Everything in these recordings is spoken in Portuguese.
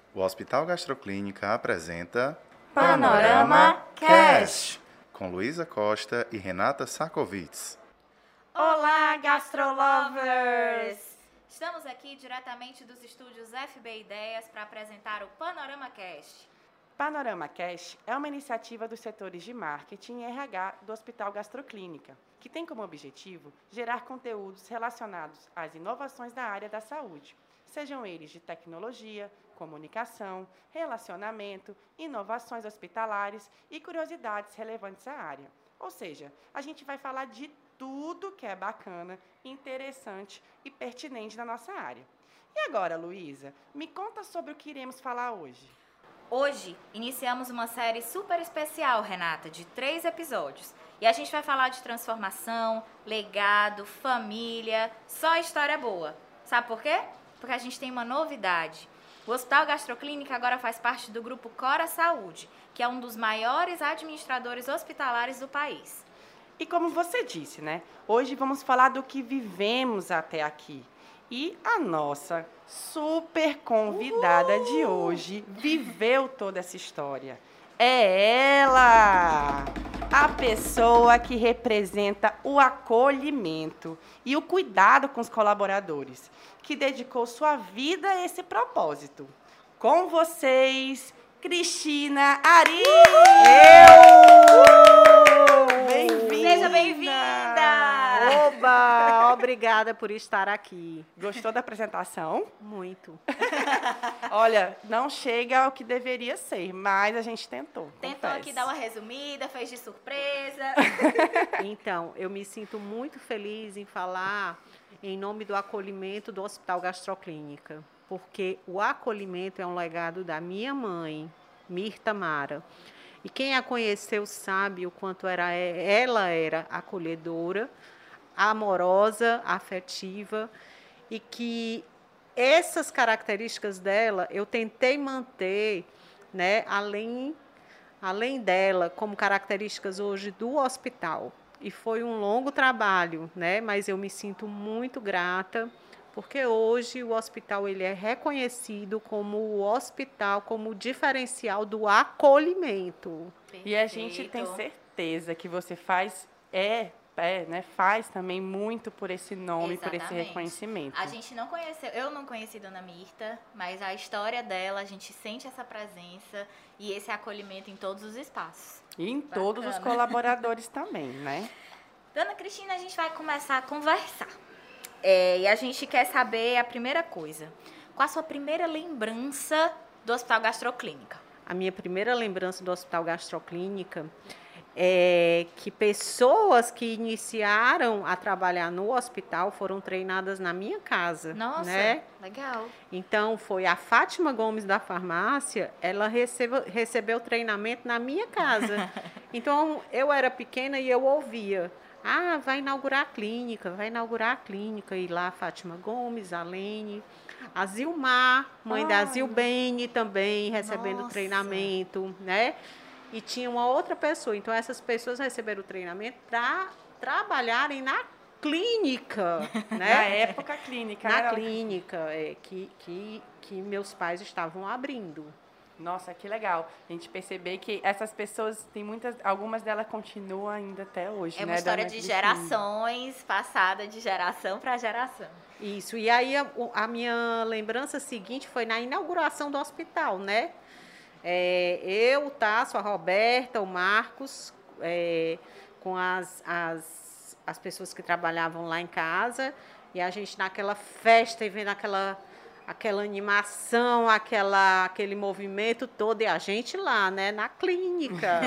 O Hospital Gastroclínica apresenta Panorama Cast, com Luísa Costa e Renata Sakovitz. Olá, gastrolovers! Estamos aqui diretamente dos estúdios FB Ideias para apresentar o Panorama Cast. Panorama Cast é uma iniciativa dos setores de marketing e RH do Hospital Gastroclínica, que tem como objetivo gerar conteúdos relacionados às inovações da área da saúde, sejam eles de tecnologia, comunicação, relacionamento, inovações hospitalares e curiosidades relevantes à área. Ou seja, a gente vai falar de tudo que é bacana, interessante e pertinente na nossa área. E agora, Luísa, me conta sobre o que iremos falar hoje. Hoje, iniciamos uma série super especial, Renata, de 3 episódios. E a gente vai falar de transformação, legado, família, só história boa. Sabe por quê? Porque a gente tem uma novidade. O Hospital Gastroclínica agora faz parte do grupo Cora Saúde, que é um dos maiores administradores hospitalares do país. E como você disse, né? Hoje vamos falar do que vivemos até aqui. E a nossa super convidada de hoje viveu toda essa história. É ela! A pessoa que representa o acolhimento e o cuidado com os colaboradores, que dedicou sua vida a esse propósito. Com vocês, Cristina Ari! Bem-vinda! Seja bem-vinda! Oba! Obrigada por estar aqui. Gostou da apresentação? Muito. Olha, não chega ao que deveria ser, mas a gente tentou. Tentou aqui dar uma resumida, fez de surpresa. Então, eu me sinto muito feliz em falar em nome do acolhimento do Hospital Gastroclínica, porque o acolhimento é um legado da minha mãe, Mirta Mara. E quem a conheceu sabe o quanto ela era acolhedora, amorosa, afetiva, e que essas características dela eu tentei manter, né, além dela, como características hoje do hospital. E foi um longo trabalho, né, mas eu me sinto muito grata, porque hoje o hospital ele é reconhecido como o hospital, como o diferencial do acolhimento. E a gente tem certeza que você faz, né, faz também muito por esse nome, por esse reconhecimento. A gente não conheceu, eu não conheci Dona Mirta, mas a história dela, a gente sente essa presença e esse acolhimento em todos os espaços. E em todos os colaboradores também, né? Dona Cristina, a gente vai começar a conversar. E a gente quer saber a primeira coisa. Qual a sua primeira lembrança do Hospital Gastroclínica? A minha primeira lembrança do Hospital Gastroclínica é que pessoas que iniciaram a trabalhar no hospital foram treinadas na minha casa. Nossa, né? Legal. Então, foi a Fátima Gomes da farmácia, ela recebeu treinamento na minha casa. Então, eu era pequena e eu ouvia: vai inaugurar a clínica, E lá a Fátima Gomes, a Lene, a Zilmar, mãe da Zilbene também, recebendo treinamento, né? E tinha uma outra pessoa. Então, essas pessoas receberam o treinamento para trabalharem na clínica, né? Na época clínica. Na clínica, que meus pais estavam abrindo. Nossa, que legal. A gente perceber que essas pessoas, algumas delas continuam ainda até hoje, né? É uma história de gerações, passada de geração para geração. Isso. E aí, a minha lembrança seguinte foi na inauguração do hospital, né? Eu, o Tasso, a Roberta, o Marcos, com as pessoas que trabalhavam lá em casa, e a gente naquela festa e vendo aquela animação, aquele movimento todo, e a gente lá, né, na clínica.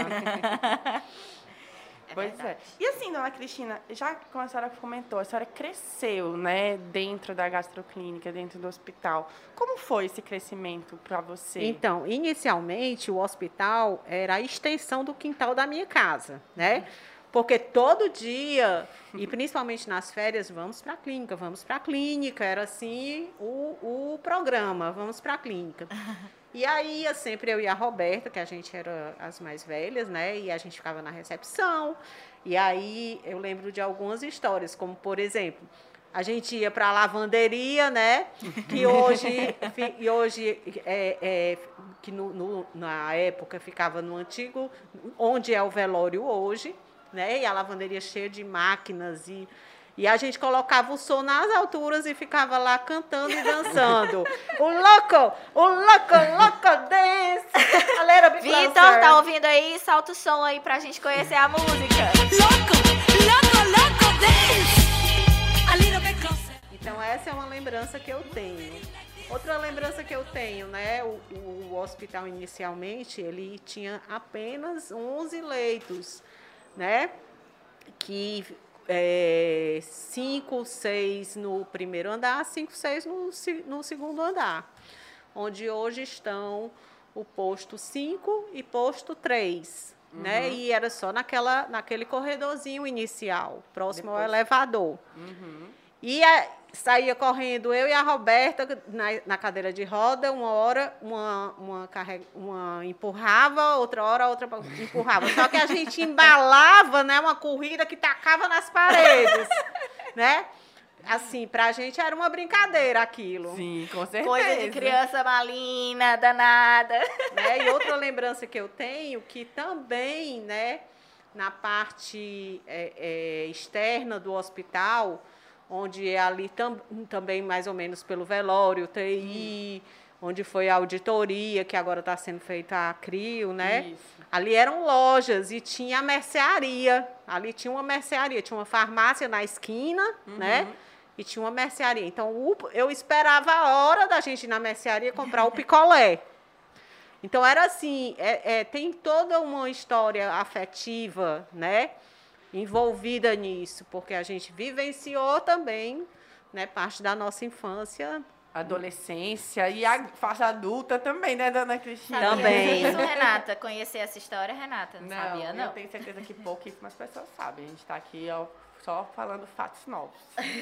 Pois é. E assim, dona Cristina, já como a senhora comentou, a senhora cresceu, né, dentro da gastroclínica, dentro do hospital. Como foi esse crescimento para você? Então, inicialmente, o hospital era a extensão do quintal da minha casa, né? Porque todo dia, e principalmente nas férias, vamos para a clínica. Era assim o programa, vamos para a clínica. E aí, sempre eu e a Roberta, que a gente era as mais velhas, né? E a gente ficava na recepção. E aí, eu lembro de algumas histórias, como, por exemplo, A gente ia para a lavanderia, né? Que hoje que na época ficava no antigo, onde é o velório hoje, né? E a lavanderia cheia de máquinas e a gente colocava o som nas alturas e ficava lá cantando e dançando. O louco dance. Vitor, tá ouvindo aí? Solta o som aí pra gente conhecer a música. Loco dance. A little bit closer. Então essa é uma lembrança que eu tenho. Outra lembrança que eu tenho, né? O hospital inicialmente ele tinha apenas 11 leitos, né? Que 5, 6 no primeiro andar, 5, 6 no segundo andar, onde hoje estão o posto 5 e posto 3, né? E era só naquele corredorzinho inicial, próximo ao elevador. E saía correndo eu e a Roberta na cadeira de roda, uma hora uma empurrava, outra hora a outra empurrava. Só que a gente embalava, né, uma corrida que tacava nas paredes, né? Assim, pra gente era uma brincadeira aquilo. Sim, com certeza. Coisa de criança malina, danada. Né? E outra lembrança que eu tenho, que também, né, na parte externa do hospital, onde é ali também mais ou menos pelo velório, TI, onde foi a auditoria, que agora está sendo feita a CRIO, né? Isso. Ali eram lojas e tinha a mercearia. Ali tinha uma mercearia, tinha uma farmácia na esquina, né? E tinha uma mercearia. Então, eu esperava a hora da gente ir na mercearia comprar o picolé. Então, era assim, tem toda uma história afetiva, né? Envolvida nisso, porque a gente vivenciou também, né, parte da nossa infância. Adolescência e a fase adulta também, né, dona Cristina? Também. Isso, Renata? Conhecer essa história, Renata? Não sabia, não? Eu tenho certeza que pouquíssimas pessoas sabem. A gente está aqui só falando fatos novos.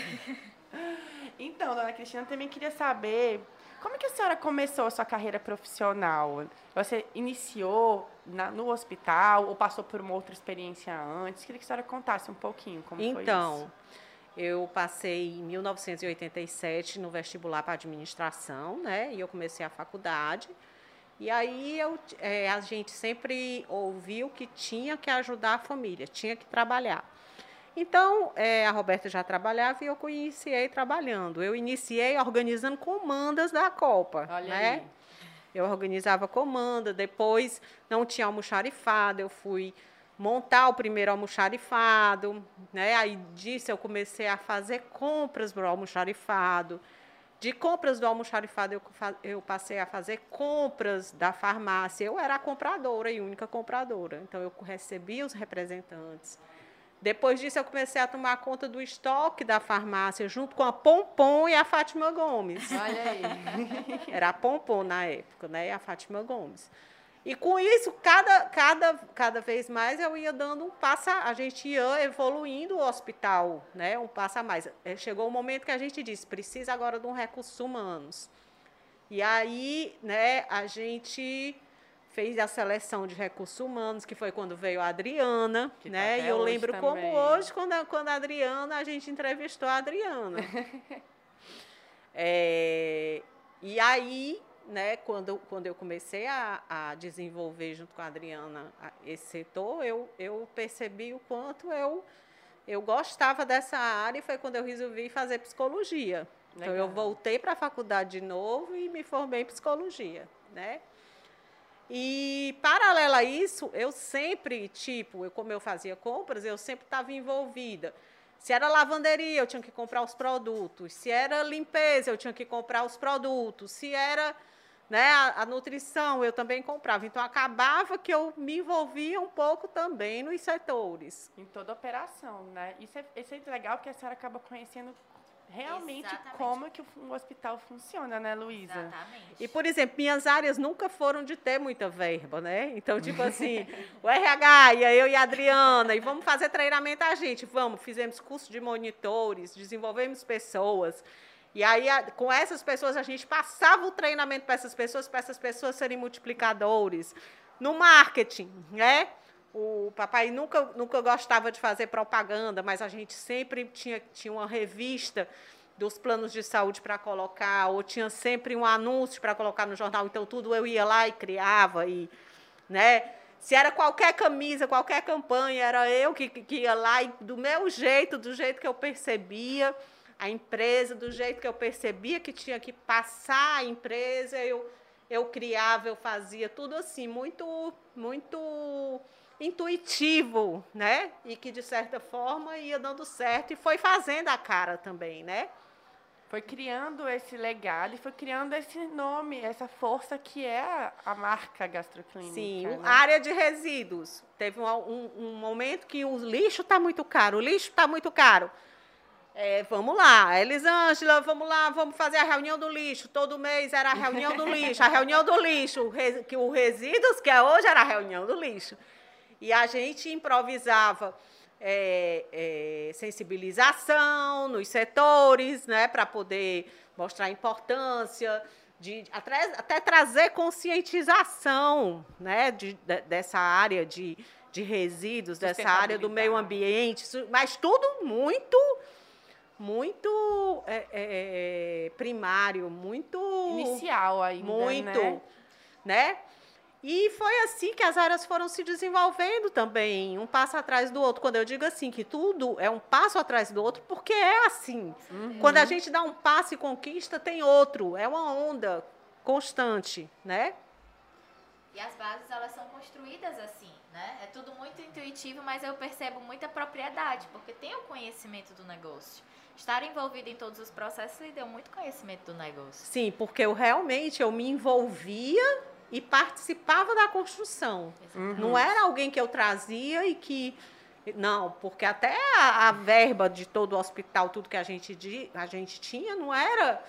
Então, dona Cristina, também queria saber como que a senhora começou a sua carreira profissional? Você iniciou no hospital ou passou por uma outra experiência antes? Queria que a senhora contasse um pouquinho como foi isso. Então, eu passei em 1987 no vestibular para administração, né? E eu comecei a faculdade. E aí a gente sempre ouviu que tinha que ajudar a família, tinha que trabalhar. Então, a Roberta já trabalhava e eu iniciei trabalhando. Eu iniciei organizando comandas da Copa. Olha, né? aí. Eu organizava comanda, depois não tinha almoxarifado, eu fui montar o primeiro almoxarifado, né? Aí disso eu comecei a fazer compras do almoxarifado. De compras do almoxarifado, eu passei a fazer compras da farmácia. Eu era a compradora e única compradora. Então, eu recebia os representantes. Depois disso, eu comecei a tomar conta do estoque da farmácia, junto com a Pompom e a Fátima Gomes. Olha aí. Era a Pompom na época, né? E a Fátima Gomes. E com isso, cada vez mais eu ia dando um passo, a gente ia evoluindo o hospital, né? Um passo a mais. Chegou o momento que a gente disse, precisa agora de um recursos humanos. E aí, né, a gente fez a seleção de recursos humanos, que foi quando veio a Adriana, Que né? tá E eu até lembro hoje como também. hoje, quando a Adriana, a gente entrevistou a Adriana. E aí, né, quando eu comecei a desenvolver junto com a Adriana esse setor, eu percebi o quanto eu gostava dessa área e foi quando eu resolvi fazer psicologia. Então, eu Legal. voltei para a faculdade de novo e me formei em psicologia, né? E, paralelo a isso, eu sempre, como eu fazia compras, eu sempre estava envolvida. Se era lavanderia, eu tinha que comprar os produtos. Se era limpeza, eu tinha que comprar os produtos. Se era, né, a nutrição, eu também comprava. Então, acabava que eu me envolvia um pouco também nos setores. Em toda operação, né? Isso é legal porque a senhora acaba conhecendo realmente Exatamente. como que um hospital funciona, né, Luísa? Exatamente. E, por exemplo, minhas áreas nunca foram de ter muita verba, né? Então, tipo assim, o RH, eu e a Adriana, e vamos fazer treinamento a gente. Vamos, fizemos curso de monitores, desenvolvemos pessoas. E aí, com essas pessoas, a gente passava o treinamento para essas pessoas serem multiplicadores. No marketing, né? O papai nunca gostava de fazer propaganda, mas a gente sempre tinha uma revista dos planos de saúde para colocar, ou tinha sempre um anúncio para colocar no jornal. Então, tudo eu ia lá e criava, né? Se era qualquer camisa, qualquer campanha, era eu que ia lá e do meu jeito, do jeito que eu percebia a empresa, do jeito que eu percebia que tinha que passar a empresa, eu criava, eu fazia tudo assim, muito, muito intuitivo, né? E que, de certa forma, ia dando certo e foi fazendo a cara também, né? Foi criando esse legado e foi criando esse nome, essa força que é a marca Gastroclínica. Sim, né? área de resíduos. Teve um momento que o lixo está muito caro, o lixo está muito caro. Vamos lá, Elisângela, vamos lá, vamos fazer a reunião do lixo. Todo mês era a reunião do lixo, que o resíduos, que é hoje, era a reunião do lixo. E a gente improvisava sensibilização nos setores, né, para poder mostrar a importância, até trazer conscientização, né, dessa área de resíduos, dessa área do meio ambiente, mas tudo muito primário, muito inicial ainda, muito, né? E foi assim que as áreas foram se desenvolvendo também, um passo atrás do outro. Quando eu digo assim, que tudo é um passo atrás do outro, porque é assim. Quando a gente dá um passo e conquista, tem outro. É uma onda constante, né? E as bases, elas são construídas assim, né? É tudo muito intuitivo, mas eu percebo muita propriedade, porque tem o conhecimento do negócio. Estar envolvido em todos os processos lhe deu muito conhecimento do negócio. Sim, porque eu me envolvia e participava da construção. Não era alguém que eu trazia e que... Não, porque até a verba de todo o hospital, tudo que a gente tinha, não era...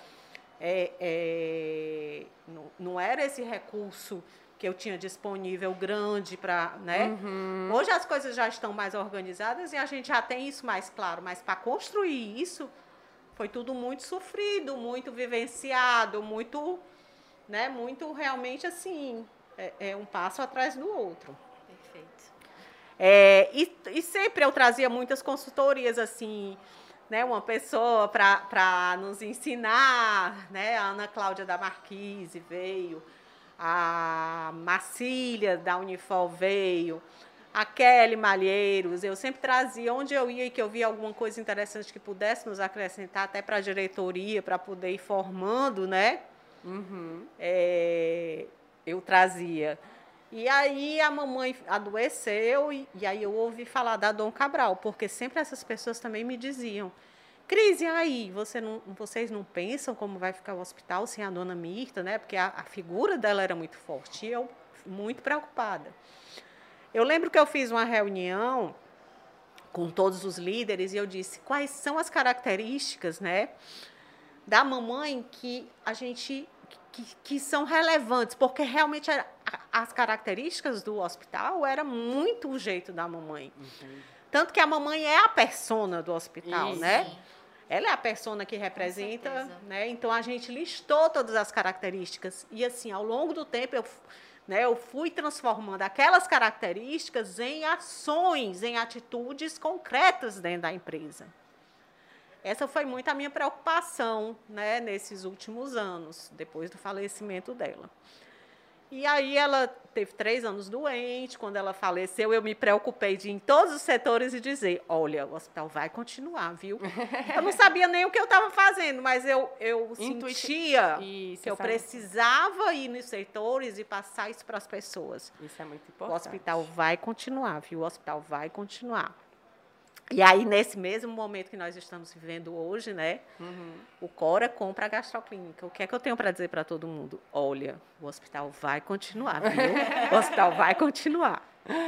não era esse recurso que eu tinha disponível grande para, né? Hoje as coisas já estão mais organizadas e a gente já tem isso mais claro, mas para construir isso foi tudo muito sofrido, muito vivenciado, muito, né? Muito realmente assim, um passo atrás do outro. Perfeito. E sempre eu trazia muitas consultorias assim, né, uma pessoa para nos ensinar, né? A Ana Cláudia da Marquise veio, a Marcília da Unifol veio, a Kelly Malheiros. Eu sempre trazia, onde eu ia e que eu via alguma coisa interessante que pudesse nos acrescentar, até para a diretoria, para poder ir formando, né? Eu trazia. E aí a mamãe adoeceu e aí eu ouvi falar da Dom Cabral, porque sempre essas pessoas também me diziam: Cris, e aí, vocês não pensam como vai ficar o hospital sem a dona Mirta, né? Porque a figura dela era muito forte e eu muito preocupada. Eu lembro que eu fiz uma reunião com todos os líderes e eu disse quais são as características, né, da mamãe que a gente que são relevantes, porque realmente as características do hospital era muito o jeito da mamãe. Tanto que a mamãe é a persona do hospital, né? Ela é a persona que representa, né? Então a gente listou todas as características e assim, ao longo do tempo eu fui transformando aquelas características em ações, em atitudes concretas dentro da empresa. Essa foi muito a minha preocupação, né, nesses últimos anos, depois do falecimento dela. E aí ela teve 3 anos doente. Quando ela faleceu, eu me preocupei de ir em todos os setores e dizer: olha, o hospital vai continuar, viu? Eu não sabia nem o que eu estava fazendo, mas eu sentia que eu precisava ir nos setores e passar isso para as pessoas. Isso é muito importante. O hospital vai continuar, viu? O hospital vai continuar. E aí, nesse mesmo momento que nós estamos vivendo hoje, né, o Cora compra a Gastroclínica. O que é que eu tenho para dizer para todo mundo? Olha, o hospital vai continuar, viu? O hospital vai continuar.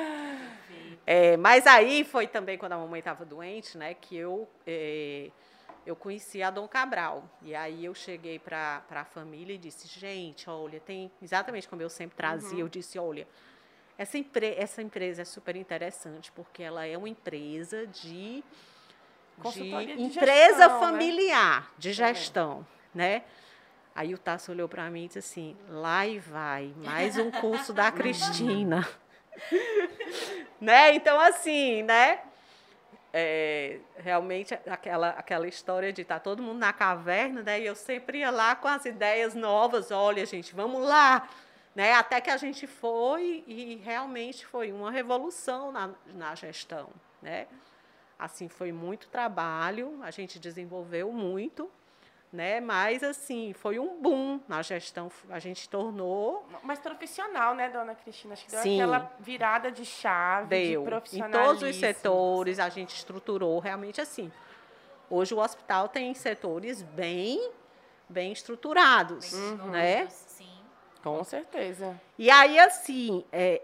Mas aí foi também quando a mamãe estava doente, né, que eu conheci a Dom Cabral. E aí eu cheguei para a família e disse: gente, olha, tem exatamente como eu sempre trazia, eu disse: olha, essa empresa é super interessante, porque ela é uma empresa de empresa gestão, familiar, né? de gestão, né? Aí o Tasso olhou para mim e disse assim: lá e vai, mais um curso da Cristina. Né? Então, assim, né? Realmente, aquela história de estar todo mundo na caverna, né? E eu sempre ia lá com as ideias novas. Olha, gente, vamos lá. Né? Até que a gente foi e realmente foi uma revolução na gestão, né? Assim, foi muito trabalho, a gente desenvolveu muito, né? Mas, assim, foi um boom na gestão, a gente tornou... Mas profissional, né, dona Cristina? Acho que deu Sim. aquela virada de chave, de Deu. Em profissionalismo. todos os setores, a gente estruturou realmente assim. Hoje o hospital tem setores bem estruturados, né? Sim. Com certeza. E aí, assim,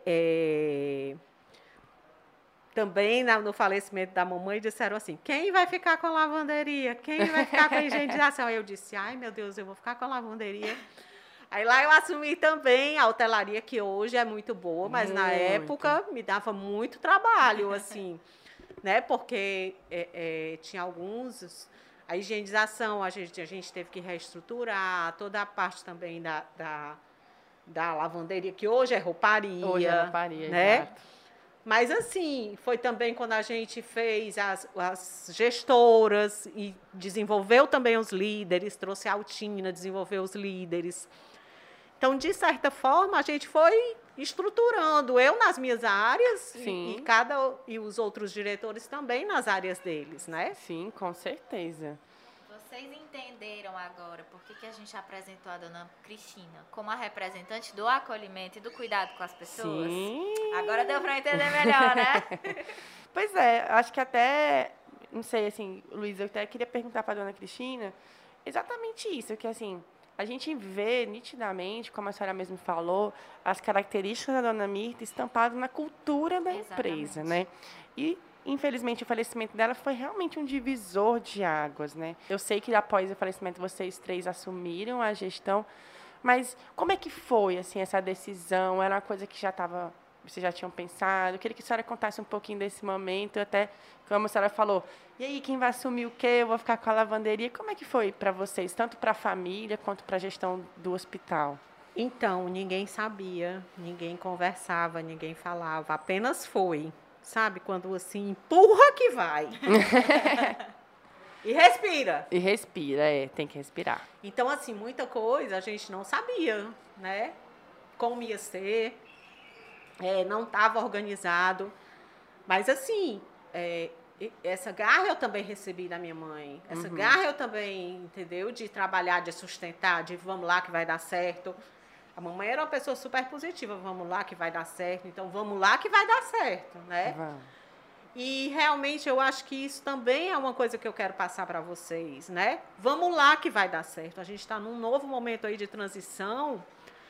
também no falecimento da mamãe disseram assim, quem vai ficar com a lavanderia? Quem vai ficar com a higienização? Aí eu disse, ai meu Deus, eu vou ficar com a lavanderia. Aí lá eu assumi também a hotelaria, que hoje é muito boa, mas na época me dava muito trabalho, assim, né? Porque tinha alguns... A higienização, a gente teve que reestruturar, toda a parte também da lavanderia, que hoje é rouparia. Hoje é rouparia, né? exato. Mas, assim, foi também quando a gente fez as gestoras e desenvolveu também os líderes, trouxe a Altina, desenvolveu os líderes. Então, de certa forma, a gente foi estruturando, eu nas minhas áreas e os outros diretores também nas áreas deles, né? Sim, com certeza. Vocês entenderam agora por que a gente apresentou a dona Cristina como a representante do acolhimento e do cuidado com as pessoas? Sim. Agora deu para entender melhor, né? Pois é, acho que até, não sei, assim, Luiz, eu até queria perguntar para a dona Cristina exatamente isso, que assim, a gente vê nitidamente, como a senhora mesmo falou, as características da dona Mirta estampadas na cultura da empresa, né? E, infelizmente, o falecimento dela foi realmente um divisor de águas, né? Eu sei que após o falecimento vocês três assumiram a gestão, mas como é que foi, assim, essa decisão? Era uma coisa que vocês já tinham pensado? Eu queria que a senhora contasse um pouquinho desse momento, até como a senhora falou, e aí, quem vai assumir o quê? Eu vou ficar com a lavanderia. Como é que foi para vocês, tanto para a família quanto para a gestão do hospital? Então, ninguém sabia, ninguém conversava, ninguém falava, apenas foi. Sabe, quando assim, empurra que vai. E respira. E respira, tem que respirar. Então, assim, muita coisa a gente não sabia, né? Como ia ser, não estava organizado. Mas, assim, essa garra eu também recebi da minha mãe. Essa garra eu também, entendeu? De trabalhar, de sustentar, de vamos lá que vai dar certo. A mamãe era uma pessoa super positiva, vamos lá que vai dar certo, então vamos lá que vai dar certo, né? Vamos. E realmente eu acho que isso também é uma coisa que eu quero passar para vocês, né? Vamos lá que vai dar certo. A gente está num novo momento aí de transição,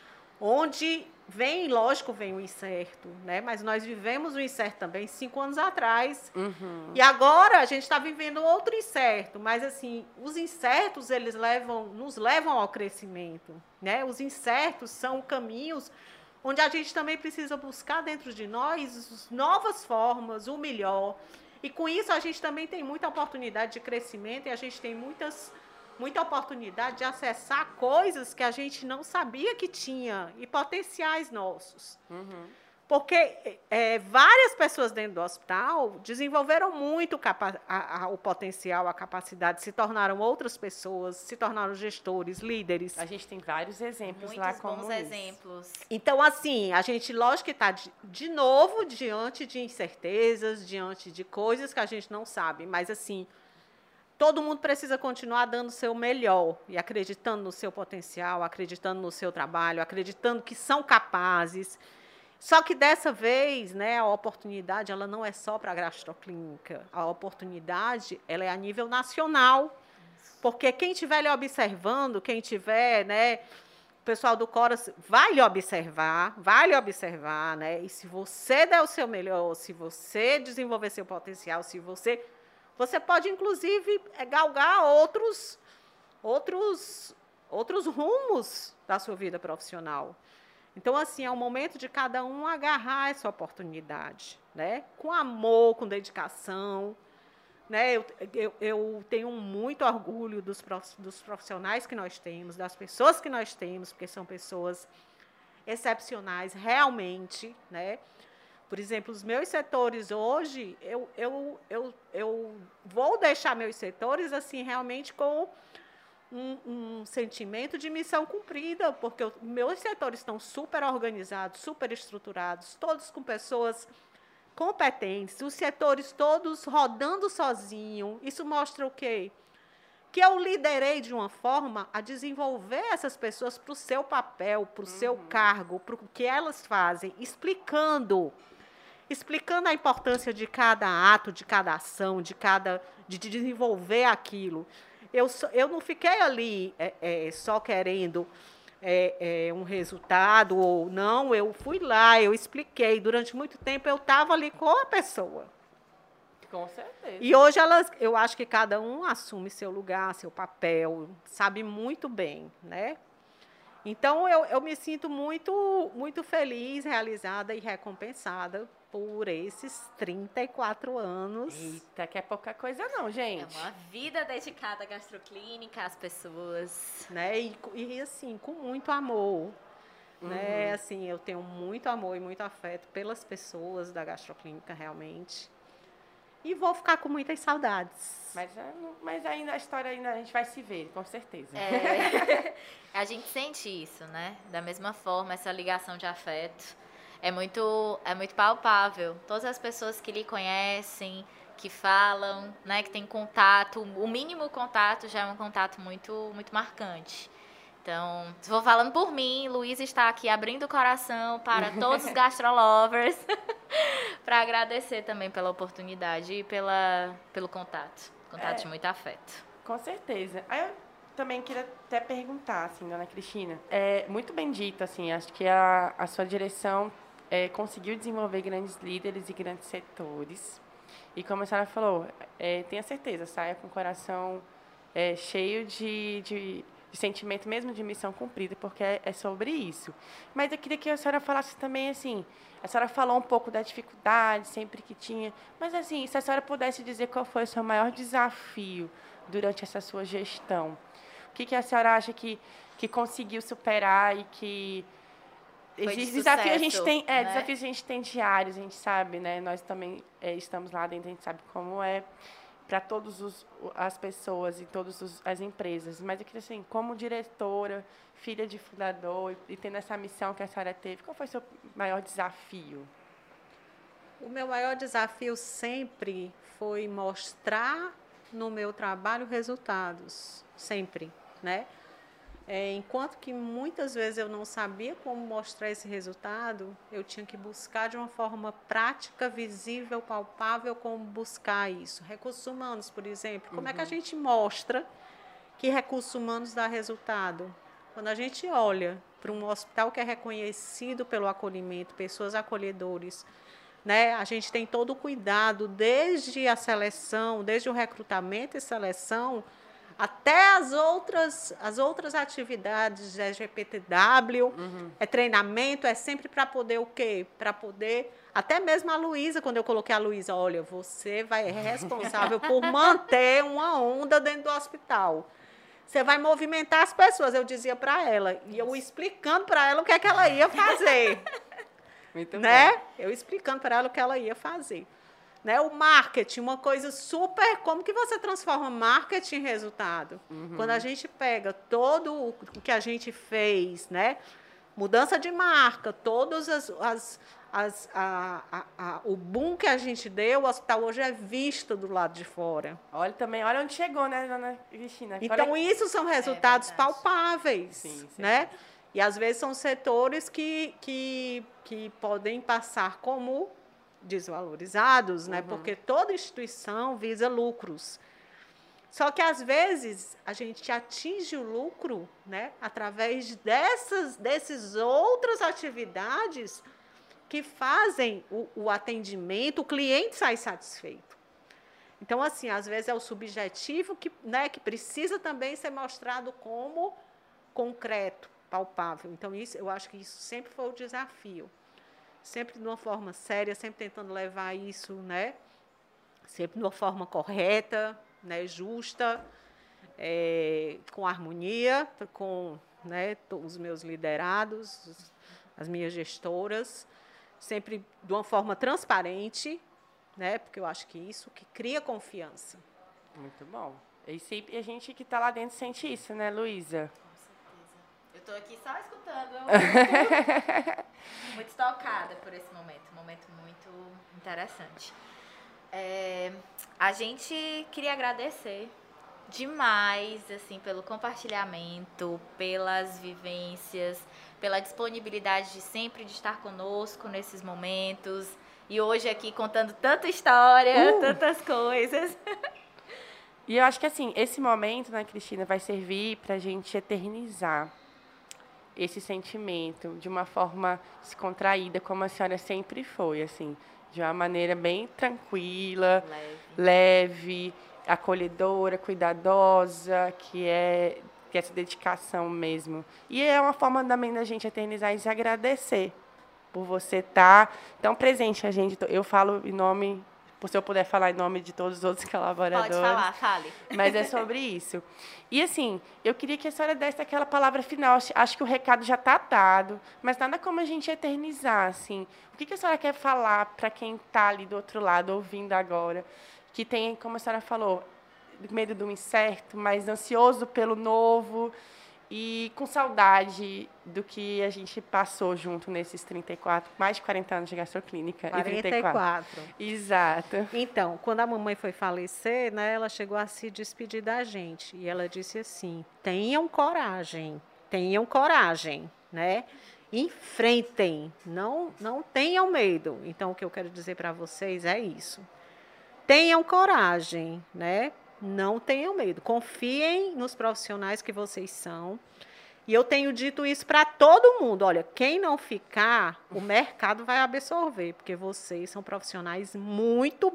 onde lógico, vem o incerto, né? Mas nós vivemos o incerto também 5 anos atrás. E agora a gente está vivendo outro incerto, mas assim, os incertos, eles nos levam ao crescimento, né? Os incertos são caminhos onde a gente também precisa buscar dentro de nós novas formas, o melhor. E com isso a gente também tem muita oportunidade de crescimento e a gente tem muita oportunidade de acessar coisas que a gente não sabia que tinha e potenciais nossos. Porque várias pessoas dentro do hospital desenvolveram muito o potencial, a capacidade, se tornaram outras pessoas, se tornaram gestores, líderes. A gente tem vários exemplos Muitos lá como bons isso. exemplos. Então, assim, a gente, lógico que está de novo diante de incertezas, diante de coisas que a gente não sabe, mas, assim, todo mundo precisa continuar dando o seu melhor e acreditando no seu potencial, acreditando no seu trabalho, acreditando que são capazes. Só que dessa vez, né, a oportunidade ela não é só para a gastroclínica. A oportunidade ela é a nível nacional. Porque quem estiver lhe observando, quem estiver, né, o pessoal do Coras vai lhe observar, né? E se você der o seu melhor, se você desenvolver seu potencial, se você pode, inclusive, galgar outros rumos da sua vida profissional. Então, assim, é o momento de cada um agarrar essa oportunidade, né? Com amor, com dedicação, né? Eu tenho muito orgulho dos profissionais que nós temos, das pessoas que nós temos, porque são pessoas excepcionais, realmente, né? Por exemplo, os meus setores hoje, eu vou deixar meus setores assim realmente com um sentimento de missão cumprida, porque meus setores estão super organizados, super estruturados, todos com pessoas competentes, os setores todos rodando sozinho. Isso mostra o quê? Que eu liderei de uma forma a desenvolver essas pessoas para o seu papel, para o seu cargo, para o que elas fazem, explicando a importância de cada ato, de cada ação, de desenvolver aquilo. Eu não fiquei ali só querendo um resultado ou não, eu fui lá, eu expliquei. Durante muito tempo eu estava ali com a pessoa. Com certeza. E hoje eu acho que cada um assume seu lugar, seu papel, sabe muito bem, né? Então, eu me sinto muito, muito feliz, realizada e recompensada por esses 34 anos. Eita, que é pouca coisa não, É gente. uma vida dedicada à gastroclínica, às pessoas. Né? E assim, com muito amor. Né? Assim, eu tenho muito amor e muito afeto pelas pessoas da gastroclínica, realmente. E vou ficar com muitas saudades. Mas ainda a história ainda a gente vai se ver, com certeza. A gente sente isso, né? Da mesma forma, essa ligação de afeto é muito palpável. Todas as pessoas que lhe conhecem, que falam, né, que têm contato, o mínimo contato já é um contato muito, muito marcante. Então, se for falando por mim, Luísa está aqui abrindo o coração para todos os gastrolovers, para agradecer também pela oportunidade e pelo contato de muito afeto. Com certeza. Aí eu também queria até perguntar, assim, dona Cristina, é muito bem dito, assim, acho que a sua direção conseguiu desenvolver grandes líderes e grandes setores. E como a senhora falou, tenha certeza, saia com o coração cheio de sentimento mesmo de missão cumprida, porque é sobre isso. Mas eu queria que a senhora falasse também, assim, a senhora falou um pouco da dificuldade sempre que tinha, mas, assim, se a senhora pudesse dizer qual foi o seu maior desafio durante essa sua gestão, o que a senhora acha que conseguiu superar e que... Foi de Desafios a gente sucesso, tem, né? desafios a gente tem diários, a gente sabe, né? Nós também estamos lá dentro, a gente sabe como é para todas as pessoas e todas as empresas. Mas eu queria, assim, como diretora, filha de fundador e tendo essa missão que a senhora teve, qual foi o seu maior desafio? O meu maior desafio sempre foi mostrar no meu trabalho resultados, sempre, né? Enquanto que muitas vezes eu não sabia como mostrar esse resultado, eu tinha que buscar de uma forma prática, visível, palpável, como buscar isso. Recursos humanos, por exemplo, como é que a gente mostra que recursos humanos dá resultado? Quando a gente olha para um hospital que é reconhecido pelo acolhimento, pessoas acolhedores, né? A gente tem todo o cuidado, desde a seleção, desde o recrutamento e seleção, até as outras atividades de LGPTW, treinamento, sempre para poder o quê? Para poder, até mesmo a Luísa, quando eu coloquei a Luísa, olha, você é responsável por manter uma onda dentro do hospital. Você vai movimentar as pessoas, eu dizia para ela, e eu explicando para ela o que é que ela ia fazer. Muito né? bom. Eu explicando para ela o que ela ia fazer. Né? O marketing, uma coisa super... Como que você transforma marketing em resultado? Quando a gente pega todo o que a gente fez, né? Mudança de marca, todos o boom que a gente deu, o hospital hoje é visto do lado de fora. Olha onde chegou, né, dona Cristina? Então, isso são resultados verdade. palpáveis. Sim, né? E, às vezes, são setores que podem passar como desvalorizados, né? Porque toda instituição visa lucros. Só que, às vezes, a gente atinge o lucro, né, através dessas outras atividades que fazem o atendimento, o cliente sair satisfeito. Então, assim, às vezes é o subjetivo né, que precisa também ser mostrado como concreto, palpável. Então, eu acho que isso sempre foi o desafio. Sempre de uma forma séria, sempre tentando levar isso, né? Sempre de uma forma correta, né? Justa, com harmonia, com, né, os meus liderados, as minhas gestoras, sempre de uma forma transparente, né? Porque eu acho que isso que cria confiança. Muito bom. E sempre a gente que está lá dentro sente isso, né, Luísa? Com certeza. Eu tô aqui só escutando. Muito tocada por esse momento. Um momento muito interessante. A gente queria agradecer demais, assim, pelo compartilhamento, pelas vivências, pela disponibilidade de sempre de estar conosco nesses momentos. E hoje aqui contando tanta história, tantas coisas. E eu acho que, assim, esse momento, né, Cristina, vai servir para a gente eternizar esse sentimento de uma forma descontraída, como a senhora sempre foi, assim, de uma maneira bem tranquila, leve, acolhedora, cuidadosa, que é essa dedicação mesmo. E é uma forma também da gente eternizar e se agradecer por você estar tão presente, a gente. Eu falo em nome, se eu puder falar em nome de todos os outros colaboradores. Pode falar, fale. Mas é sobre isso. E, assim, eu queria que a senhora desse aquela palavra final. Acho que o recado já está dado, mas nada como a gente eternizar, assim. O que a senhora quer falar para quem está ali do outro lado, ouvindo agora, que tem, como a senhora falou, medo do incerto, mas ansioso pelo novo e com saudade do que a gente passou junto nesses 34, mais de 40 anos de gastroclínica. 44. Exato. Então, quando a mamãe foi falecer, né, ela chegou a se despedir da gente. E ela disse assim, tenham coragem, né? Enfrentem, não tenham medo. Então, o que eu quero dizer para vocês é isso. Tenham coragem, né? Não tenham medo. Confiem nos profissionais que vocês são. E eu tenho dito isso para todo mundo. Olha, quem não ficar, o mercado vai absorver, porque vocês são profissionais muito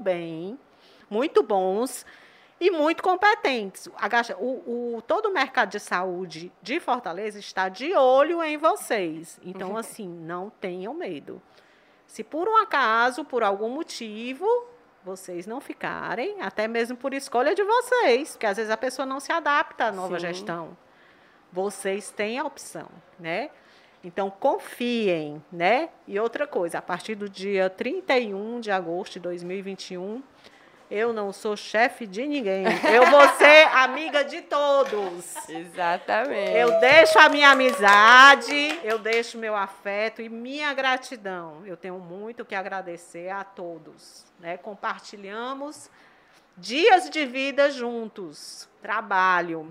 bons e muito competentes. Todo o mercado de saúde de Fortaleza está de olho em vocês. Então, assim, não tenham medo. Se por um acaso, por algum motivo, vocês não ficarem, até mesmo por escolha de vocês, porque às vezes a pessoa não se adapta à nova gestão. Vocês têm a opção, né? Então, confiem, né? E outra coisa, a partir do dia 31 de agosto de 2021, eu não sou chefe de ninguém. Eu vou ser amiga de todos. Exatamente. Eu deixo a minha amizade, eu deixo meu afeto e minha gratidão. Eu tenho muito que agradecer a todos, né? Compartilhamos dias de vida juntos, trabalho,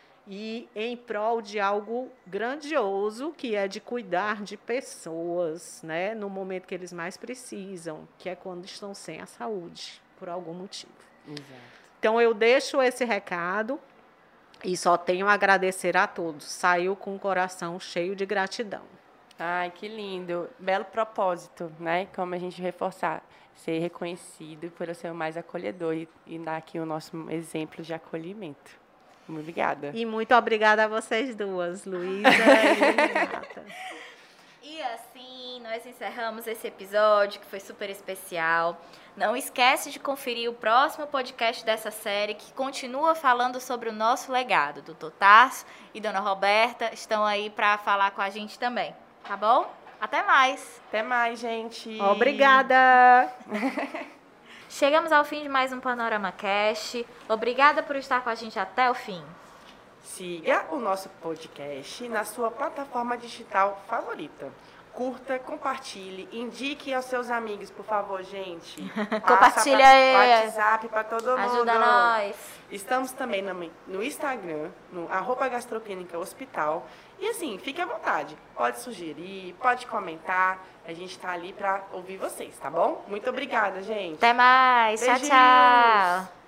e em prol de algo grandioso, que é de cuidar de pessoas, né? No momento que eles mais precisam, que é quando estão sem a saúde, por algum motivo. Exato. Então, eu deixo esse recado e só tenho a agradecer a todos. Saiu com o coração cheio de gratidão. Ai, que lindo. Belo propósito, né? Como a gente reforçar, ser reconhecido por ser o mais acolhedor e dar aqui o nosso exemplo de acolhimento. Muito obrigada. E muito obrigada a vocês duas, Luísa e Renata. E assim, nós encerramos esse episódio, que foi super especial. Não esquece de conferir o próximo podcast dessa série, que continua falando sobre o nosso legado. Doutor Tarso e Dona Roberta estão aí para falar com a gente também, tá bom? Até mais! Até mais, gente! Obrigada! Chegamos ao fim de mais um Panorama Cast. Obrigada por estar com a gente até o fim. Siga o nosso podcast na sua plataforma digital favorita. Curta, compartilhe, indique aos seus amigos, por favor, gente. Compartilha aí. WhatsApp para todo mundo. Ajuda nós. Estamos também no Instagram, no @gastroclínica hospital. E assim, fique à vontade. Pode sugerir, pode comentar. A gente está ali para ouvir vocês, tá bom? Muito obrigada, gente. Até mais. Beijinhos. Tchau, tchau.